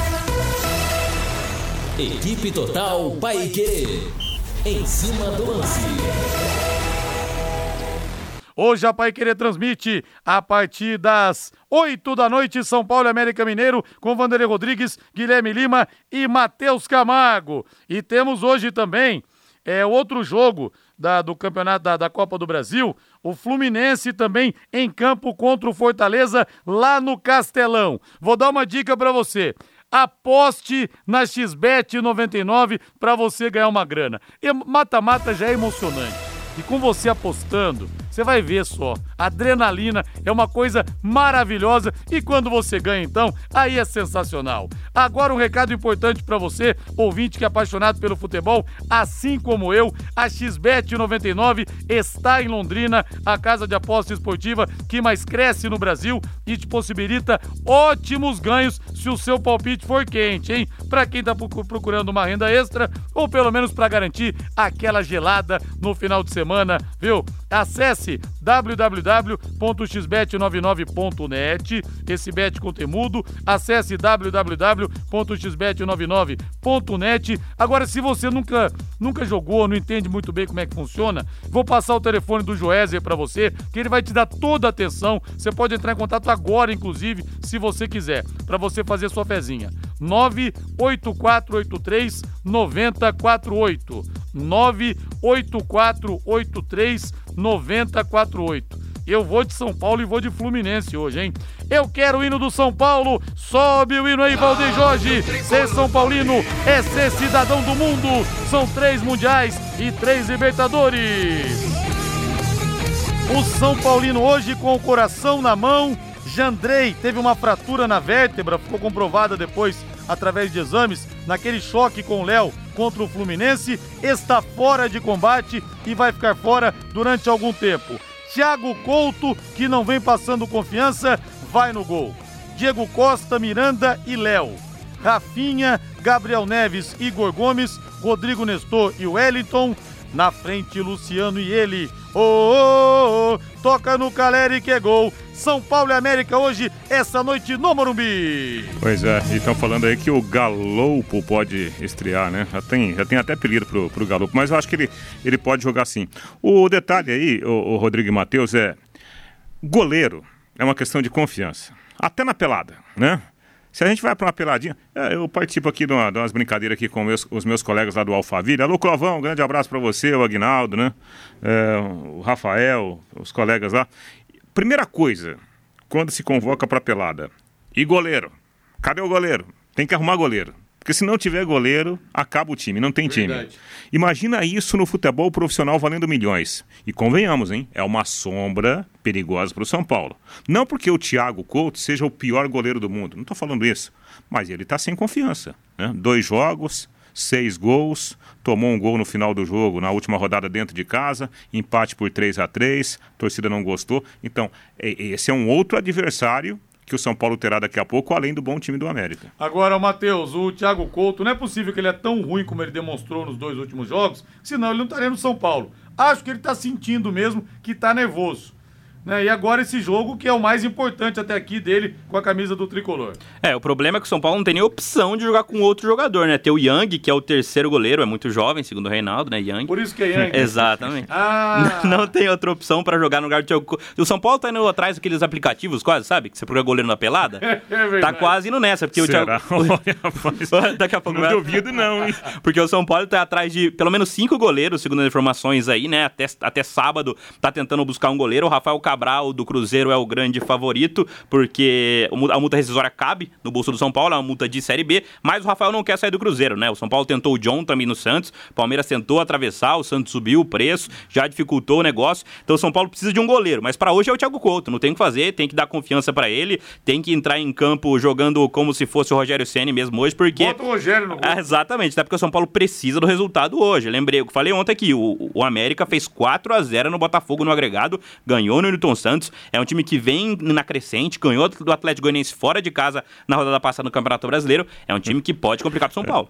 Speaker 1: Equipe Total Paiquerê. Em Cima do Lance.
Speaker 2: Hoje a Paiquerê transmite a partir das 8 da noite São Paulo e América Mineiro com Vanderlei Rodrigues, Guilherme Lima e Matheus Camargo. E temos hoje também outro jogo do campeonato da Copa do Brasil, o Fluminense também em campo contra o Fortaleza lá no Castelão. Vou dar uma dica pra você. Aposte na XBET 99 para você ganhar uma grana. E mata-mata já é emocionante. E com você apostando, você vai ver só. Adrenalina é uma coisa maravilhosa. E quando você ganha, então, aí é sensacional. Agora um recado importante para você, ouvinte que é apaixonado pelo futebol, assim como eu, a XBET 99 está em Londrina, a casa de aposta esportiva que mais cresce no Brasil e te possibilita ótimos ganhos se o seu palpite for quente, hein? Para quem tá procurando uma renda extra ou pelo menos para garantir aquela gelada no final de semana, viu? Acesse www.xbet99.net, esse bet com temudo, acesse www.xbet99.net. Agora, se você nunca jogou, não entende muito bem como é que funciona, vou passar o telefone do Joézer para você, que ele vai te dar toda a atenção. Você pode entrar em contato agora, inclusive, se você quiser, para você fazer sua fezinha. 98483-9048. 98483-9048. Eu vou de São Paulo e vou de Fluminense hoje, hein? Eu quero o hino do São Paulo. Sobe o hino aí, Valdeir Jorge. Ser São Paulino é ser cidadão do mundo. São 3 mundiais e 3 Libertadores. O São Paulino hoje com o coração na mão. Jandrei teve uma fratura na vértebra, ficou comprovada depois através de exames, naquele choque com o Léo contra o Fluminense, está fora de combate e vai ficar fora durante algum tempo. Thiago Couto, que não vem passando confiança, vai no gol. Diego Costa, Miranda e Léo. Rafinha, Gabriel Neves, Igor Gomes, Rodrigo Nestor e Wellington. Na frente, Luciano e ele. Toca no Caleri que é gol. São Paulo e América hoje, essa noite no Morumbi.
Speaker 5: Pois é, e estão falando aí que o Galopo pode estrear, né? Já tem até apelido pro Galopo, mas eu acho que ele pode jogar sim. O detalhe aí, o Rodrigo e Matheus, goleiro é uma questão de confiança. Até na pelada, né? Se a gente vai para uma peladinha, eu participo aqui de umas brincadeiras aqui com os meus colegas lá do Alphaville. Alô, Clovão, um grande abraço para você, o Aguinaldo, né? O Rafael, os colegas lá. Primeira coisa, quando se convoca para pelada, e goleiro? Cadê o goleiro? Tem que arrumar goleiro. Porque se não tiver goleiro, acaba o time, não tem time. Imagina isso no futebol profissional valendo milhões. E convenhamos, hein? É uma sombra perigosa para o São Paulo. Não porque o Thiago Couto seja o pior goleiro do mundo, não estou falando isso. Mas ele está sem confiança, né? 2 jogos, 6 gols, tomou um gol no final do jogo, na última rodada dentro de casa, empate por 3-3, torcida não gostou. Então, esse é um outro adversário que o São Paulo terá daqui a pouco, além do bom time do América.
Speaker 2: Agora, Matheus, o Thiago Couto, não é possível que ele é tão ruim como ele demonstrou nos 2 últimos jogos, senão ele não estaria no São Paulo. Acho que ele está sentindo mesmo que está nervoso. né? E agora esse jogo que é o mais importante até aqui dele com a camisa do Tricolor.
Speaker 7: O problema é que o São Paulo não tem nem opção de jogar com outro jogador, né? Tem o Yang, que é o terceiro goleiro, é muito jovem, segundo o Reinaldo, né? Yang.
Speaker 2: Por isso que é Yang.
Speaker 7: Exatamente. Não tem outra opção pra jogar no lugar do Thiago Couto. O São Paulo tá indo atrás daqueles aplicativos quase, sabe? Que você procura goleiro na pelada.
Speaker 2: Verdade.
Speaker 7: Tá quase indo nessa, porque
Speaker 5: Será?
Speaker 7: o Thiago... Daqui a pouco
Speaker 5: não duvido não, hein?
Speaker 7: Porque o São Paulo tá atrás de pelo menos 5 goleiros, segundo as informações aí, né? Até sábado tá tentando buscar um goleiro. O Rafael Cabral, do Cruzeiro, é o grande favorito, porque a multa rescisória cabe no bolso do São Paulo, é uma multa de Série B, mas o Rafael não quer sair do Cruzeiro, né? O São Paulo tentou o John também no Santos, o Palmeiras tentou atravessar, o Santos subiu o preço, já dificultou o negócio, então o São Paulo precisa de um goleiro, mas pra hoje é o Thiago Couto, não tem o que fazer, tem que dar confiança pra ele, tem que entrar em campo jogando como se fosse o Rogério Ceni mesmo hoje, porque...
Speaker 2: Bota o Rogério no gol.
Speaker 7: Exatamente, até porque o São Paulo precisa do resultado hoje. Lembrei, eu falei ontem aqui, o América fez 4-0 no Botafogo no agregado, ganhou no Newton Santos, é um time que vem na crescente, ganhou do Atlético Goianiense fora de casa na rodada passada no Campeonato Brasileiro, é um time que pode complicar pro São Paulo.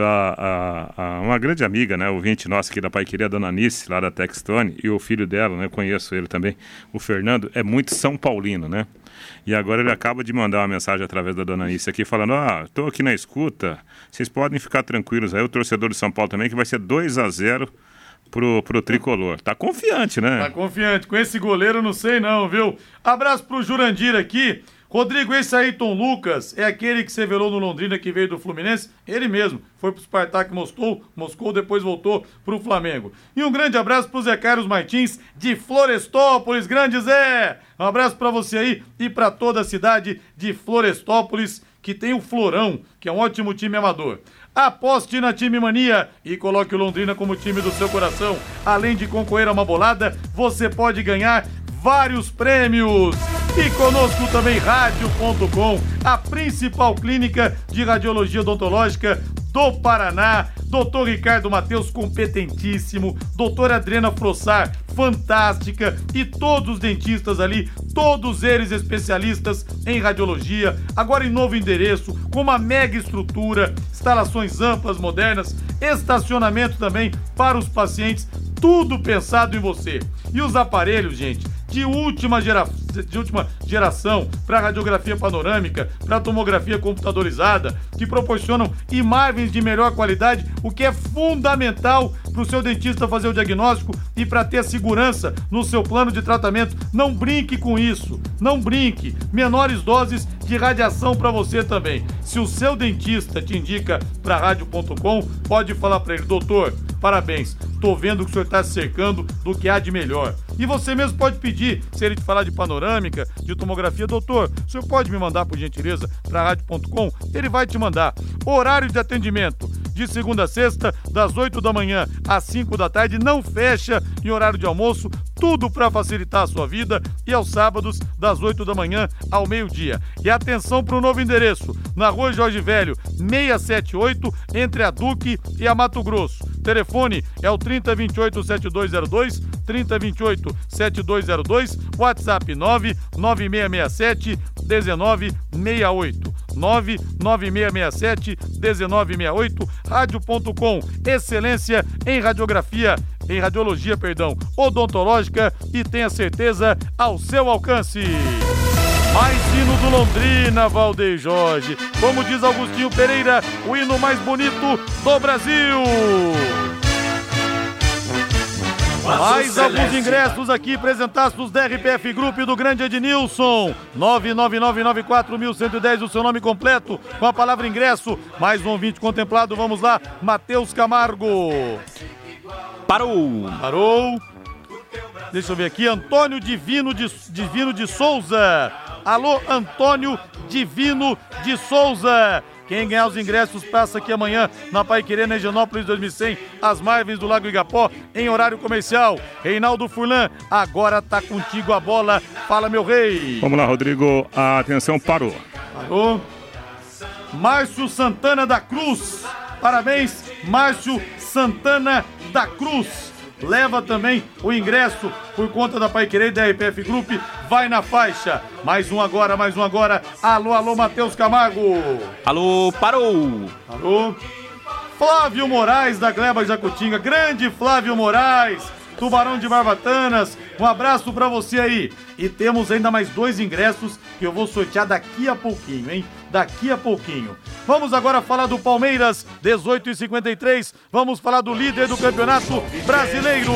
Speaker 5: Uma grande amiga, né, ouvinte nossa aqui da Paiquerê, a dona Anice, lá da Textone, e o filho dela, né, conheço ele também, o Fernando, é muito São Paulino, né? E agora ele acaba de mandar uma mensagem através da dona Anice aqui, falando, tô aqui na escuta, vocês podem ficar tranquilos aí, o torcedor de São Paulo também, que vai ser 2-0 pro Tricolor. Tá confiante, né?
Speaker 2: Tá confiante. Com esse goleiro, não sei não, viu? Abraço pro Jurandir aqui. Rodrigo, esse Ayrton Lucas é aquele que se revelou no Londrina, que veio do Fluminense? Ele mesmo. Foi pro Spartak Moscou, depois voltou pro Flamengo. E um grande abraço pro Zé Carlos Martins, de Florestópolis. Grande Zé! Um abraço pra você aí e pra toda a cidade de Florestópolis, que tem o Florão, que é um ótimo time amador. Aposte na Time Mania e coloque o Londrina como time do seu coração. Além de concorrer a uma bolada, você pode ganhar vários prêmios. E conosco também Rádio.com, a principal clínica de radiologia odontológica do Paraná. Doutor Ricardo Mateus, competentíssimo. Doutora Adriana Frossar, fantástica. E todos os dentistas ali, todos eles especialistas em radiologia. Agora em novo endereço, com uma mega estrutura, instalações amplas, modernas, estacionamento também para os pacientes. Tudo pensado em você. E os aparelhos, gente, de última geração para radiografia panorâmica, para tomografia computadorizada, que proporcionam imagens de melhor qualidade, o que é fundamental para o seu dentista fazer o diagnóstico e para ter segurança no seu plano de tratamento. Não brinque com isso, não brinque. Menores doses de radiação para você também. Se o seu dentista te indica para rádio.com, pode falar para ele, doutor, parabéns, tô vendo que o senhor está se cercando do que há de melhor. E você mesmo pode pedir, se ele te falar de panorâmica, de tomografia, doutor, o senhor pode me mandar, por gentileza, para rádio.com? Ele vai te mandar. Horário de atendimento, de segunda a sexta, das 8 da manhã às 5 da tarde, não fecha em horário de almoço, tudo para facilitar a sua vida, e aos sábados, das 8 da manhã ao meio-dia. E atenção para o novo endereço, na Rua Jorge Velho, 678, entre a Duque e a Mato Grosso. Telefone é o 3028-7202, 3028-7202, WhatsApp 99667-1968, 99667-1968, rádio.com, excelência em radiologia, odontológica, e tenha certeza ao seu alcance. Mais hino do Londrina, Valdeir Jorge. Como diz Augustinho Pereira, o hino mais bonito do Brasil. Mais alguns ingressos aqui, presentaços da RPF Group do grande Ednilson. 99994.110, o seu nome completo, com a palavra ingresso. Mais um ouvinte contemplado, vamos lá. Matheus Camargo. Parou. Deixa eu ver aqui, Antônio Divino de Souza. Alô, Antônio Divino de Souza. Quem ganhar os ingressos passa aqui amanhã na Paiquerê, na Higienópolis 2100, às margens do Lago Igapó, em horário comercial. Reinaldo Furlan, agora tá contigo a bola. Fala, meu rei.
Speaker 5: Vamos lá, Rodrigo. A atenção, parou.
Speaker 2: Márcio Santana da Cruz. Parabéns, Márcio Santana da Cruz. Leva também o ingresso por conta da Paiquerê e da RPF Group. Vai na faixa. Mais um agora. Alô, Matheus Camargo.
Speaker 7: Alô, parou.
Speaker 2: Flávio Moraes, da Gleba Jacutinga. Grande Flávio Moraes, Tubarão de Barbatanas. Um abraço pra você aí. E temos ainda mais 2 ingressos que eu vou sortear daqui a pouquinho, hein? Daqui a pouquinho. Vamos agora falar do Palmeiras, 18h53. Vamos falar do líder do Campeonato Brasileiro.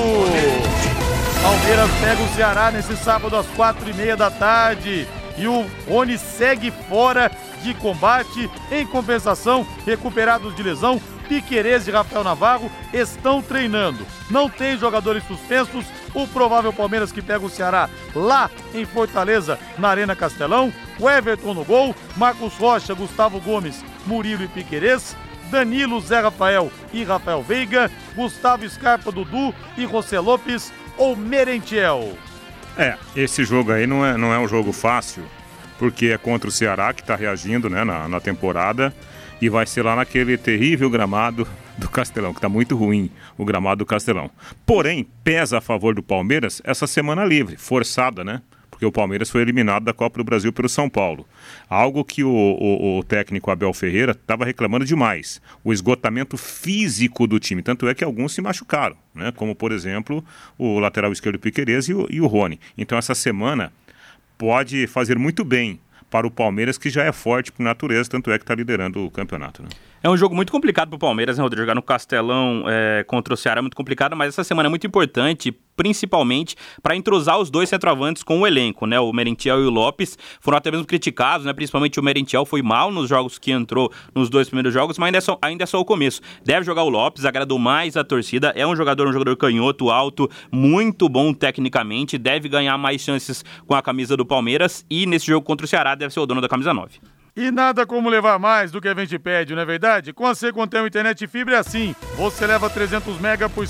Speaker 2: Palmeiras pega o Ceará nesse sábado às 4h30 da tarde. E o Rony segue fora de combate. Em compensação, recuperados de lesão, Piquerez e Rafael Navarro estão treinando. Não tem jogadores suspensos. O provável Palmeiras que pega o Ceará lá em Fortaleza, na Arena Castelão. O Everton no gol, Marcos Rocha, Gustavo Gomes, Murilo e Piquerez, Danilo, Zé Rafael e Rafael Veiga, Gustavo Scarpa, Dudu e José Lopes ou Merentiel.
Speaker 5: Esse jogo aí não é um jogo fácil, porque é contra o Ceará, que está reagindo, né, na temporada, e vai ser lá naquele terrível gramado do Castelão, que está muito ruim o gramado do Castelão. Porém, pesa a favor do Palmeiras essa semana livre, forçada, né? Porque o Palmeiras foi eliminado da Copa do Brasil pelo São Paulo. Algo que o técnico Abel Ferreira estava reclamando demais. O esgotamento físico do time. Tanto é que alguns se machucaram, né? Como, por exemplo, o lateral esquerdo Piquerez e o Rony. Então, essa semana pode fazer muito bem para o Palmeiras, que já é forte por natureza, tanto é que está liderando o campeonato, né?
Speaker 7: É um jogo muito complicado para o Palmeiras, né, Rodrigo? Jogar no Castelão contra o Ceará é muito complicado, mas essa semana é muito importante, principalmente para entrosar os 2 centroavantes com o elenco, né? O Merentiel e o Lopes foram até mesmo criticados, né? Principalmente o Merentiel foi mal nos jogos que entrou nos 2 primeiros jogos, mas ainda é só o começo. Deve jogar o Lopes, agradou mais a torcida, é um jogador canhoto, alto, muito bom tecnicamente, deve ganhar mais chances com a camisa do Palmeiras e nesse jogo contra o Ceará deve ser o dono da camisa 9.
Speaker 2: E nada como levar mais do que a gente pede, não é verdade? Com a Secontel Internet Fibra é assim. Você leva 300 mega por R$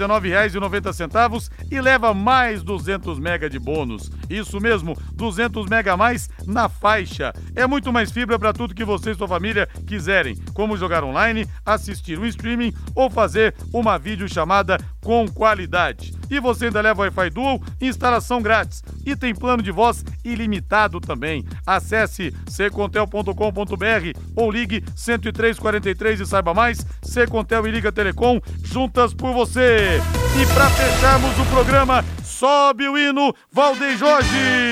Speaker 2: 119,90 e leva mais 200 mega de bônus. Isso mesmo, 200 mega a mais na faixa. É muito mais fibra para tudo que você e sua família quiserem, como jogar online, assistir um streaming ou fazer uma videochamada com qualidade. E você ainda leva Wi-Fi Dual, instalação grátis. E tem plano de voz ilimitado também. Acesse secontel.com.br ou ligue 10343 e saiba mais. Secontel e Liga Telecom, juntas por você. E para fecharmos o programa, sobe o hino, Valdeir Jorge.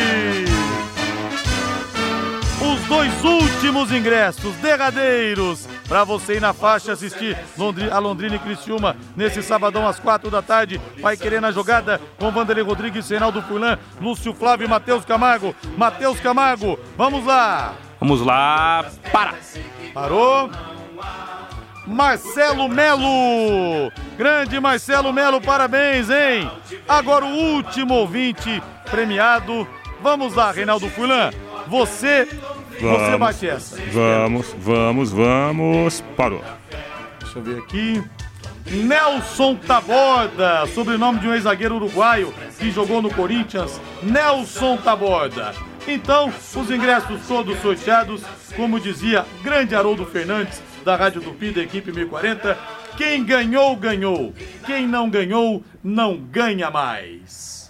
Speaker 2: Os 2 últimos ingressos derradeiros para você ir na faixa assistir a Londrina e Criciúma nesse sabadão às 4 da tarde. Vai querer na jogada com Vanderlei Rodrigues, Reinaldo Furlan, Lúcio Flávio e Matheus Camargo. Matheus Camargo, vamos lá.
Speaker 7: Vamos lá,
Speaker 2: Parou. Marcelo Melo, grande Marcelo Melo, parabéns, hein? Agora o último ouvinte premiado. Vamos lá, Reinaldo Furlan, você bate essa.
Speaker 5: Vamos, parou.
Speaker 2: Deixa eu ver aqui. Nelson Taborda, sobrenome de um ex-zagueiro uruguaio que jogou no Corinthians, Nelson Taborda. Então, os ingressos todos sorteados, como dizia grande Haroldo Fernandes, da Rádio Tupi, da equipe 1040, quem ganhou, ganhou. Quem não ganhou, não ganha mais.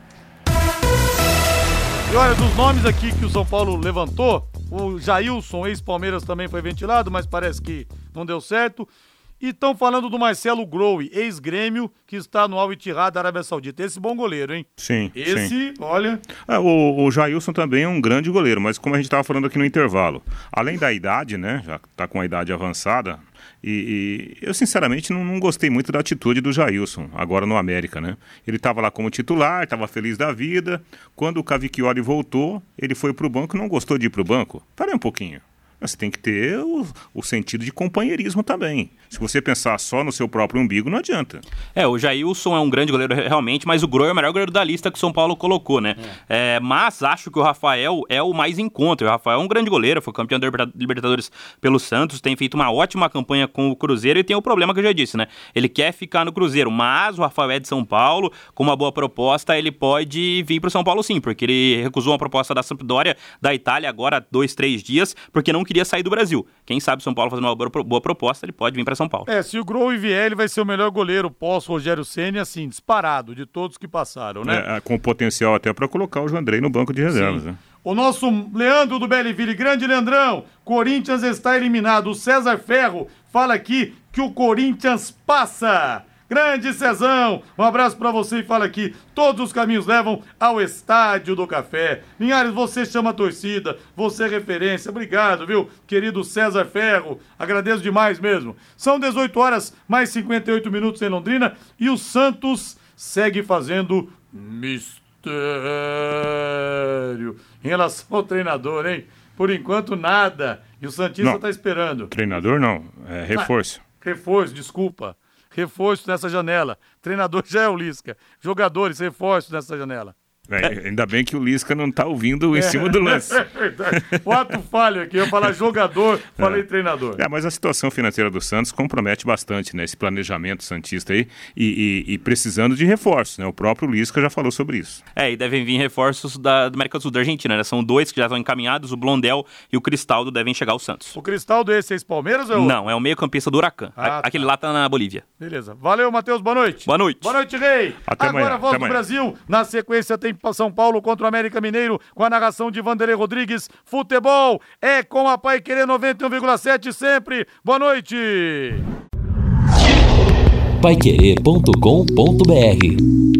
Speaker 2: E olha, dos nomes aqui que o São Paulo levantou, o Jailson, ex-Palmeiras, também foi ventilado, mas parece que não deu certo. E estão falando do Marcelo Grohe, ex-Grêmio, que está no Al-Ittihad da Arábia Saudita. Esse bom goleiro, hein?
Speaker 5: Sim.
Speaker 2: Esse, olha...
Speaker 5: O Jailson também é um grande goleiro, mas como a gente estava falando aqui no intervalo, além da idade, né, já está com a idade avançada, e eu sinceramente não gostei muito da atitude do Jailson, agora no América, né? Ele estava lá como titular, estava feliz da vida, quando o Cavicchioli voltou, ele foi para o banco, não gostou de ir para o banco? Parei um pouquinho. Você tem que ter o sentido de companheirismo também. Se você pensar só no seu próprio umbigo, não adianta.
Speaker 7: O Jailson é um grande goleiro realmente, mas o Grohe é o melhor goleiro da lista que o São Paulo colocou, né? Mas acho que o Rafael é o mais em conta. O Rafael é um grande goleiro, foi campeão da Libertadores pelo Santos, tem feito uma ótima campanha com o Cruzeiro e tem o problema que eu já disse, né? Ele quer ficar no Cruzeiro, mas o Rafael é de São Paulo, com uma boa proposta, ele pode vir pro São Paulo sim, porque ele recusou uma proposta da Sampdoria, da Itália, agora 2-3 dias, porque não queria sair do Brasil. Quem sabe São Paulo fazendo uma boa proposta, ele pode vir para São Paulo.
Speaker 2: Se o Grohe vier, ele vai ser o melhor goleiro pós-Rogério Ceni, assim, disparado, de todos que passaram, né?
Speaker 5: Com potencial até para colocar o Jandrei no banco de reservas, né?
Speaker 2: O nosso Leandro do Belleville, grande Leandrão, Corinthians está eliminado. O César Ferro fala aqui que o Corinthians passa. Grande Cezão, um abraço pra você e fala aqui, todos os caminhos levam ao Estádio do Café. Linhares, você chama a torcida, você é referência, obrigado, viu, querido César Ferro, agradeço demais mesmo. São 18 horas, mais 58 minutos em Londrina e o Santos segue fazendo mistério em relação ao treinador, hein? Por enquanto nada, e o Santista tá esperando.
Speaker 5: Treinador não, é reforço.
Speaker 2: Reforço, desculpa. Reforço nessa janela. Treinador já é o Lisca. Jogadores, reforços nessa janela.
Speaker 5: Ainda bem que o Lisca não tá ouvindo em cima do lance.
Speaker 2: É verdade. O ato falho aqui, eu ia falar jogador, falei treinador.
Speaker 5: Mas a situação financeira do Santos compromete bastante, né? Esse planejamento santista aí e precisando de reforços, né? O próprio Lisca já falou sobre isso.
Speaker 7: E devem vir reforços da América do Sul, da Argentina, né? São 2 que já estão encaminhados, o Blondel e o Cristaldo devem chegar ao Santos.
Speaker 2: O Cristaldo esse é ex-Palmeiras ou é o...
Speaker 7: Não, é o meio-campista do Huracan. Aquele lá tá na Bolívia.
Speaker 2: Beleza. Valeu, Matheus, boa noite.
Speaker 7: Boa noite.
Speaker 2: Boa noite, Rei.
Speaker 5: Até
Speaker 2: Agora
Speaker 5: amanhã.
Speaker 2: volta pro Brasil. Na sequência tem São Paulo contra o América Mineiro, com a narração de Vanderlei Rodrigues. Futebol é com a Paiquerê 91,7 sempre. Boa noite.
Speaker 1: Paiquerê.com.br